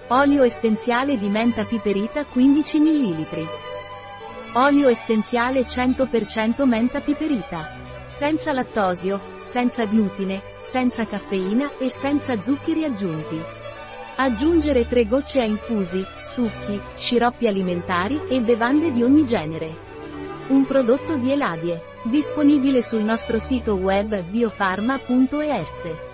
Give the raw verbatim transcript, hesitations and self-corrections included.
Olio essenziale di menta piperita quindici millilitri. Olio essenziale cento per cento menta piperita. Senza lattosio, senza glutine, senza caffeina e senza zuccheri aggiunti. Aggiungere tre gocce a infusi, succhi, sciroppi alimentari e bevande di ogni genere. Un prodotto di Eladie. Disponibile sul nostro sito web biofarma punto es.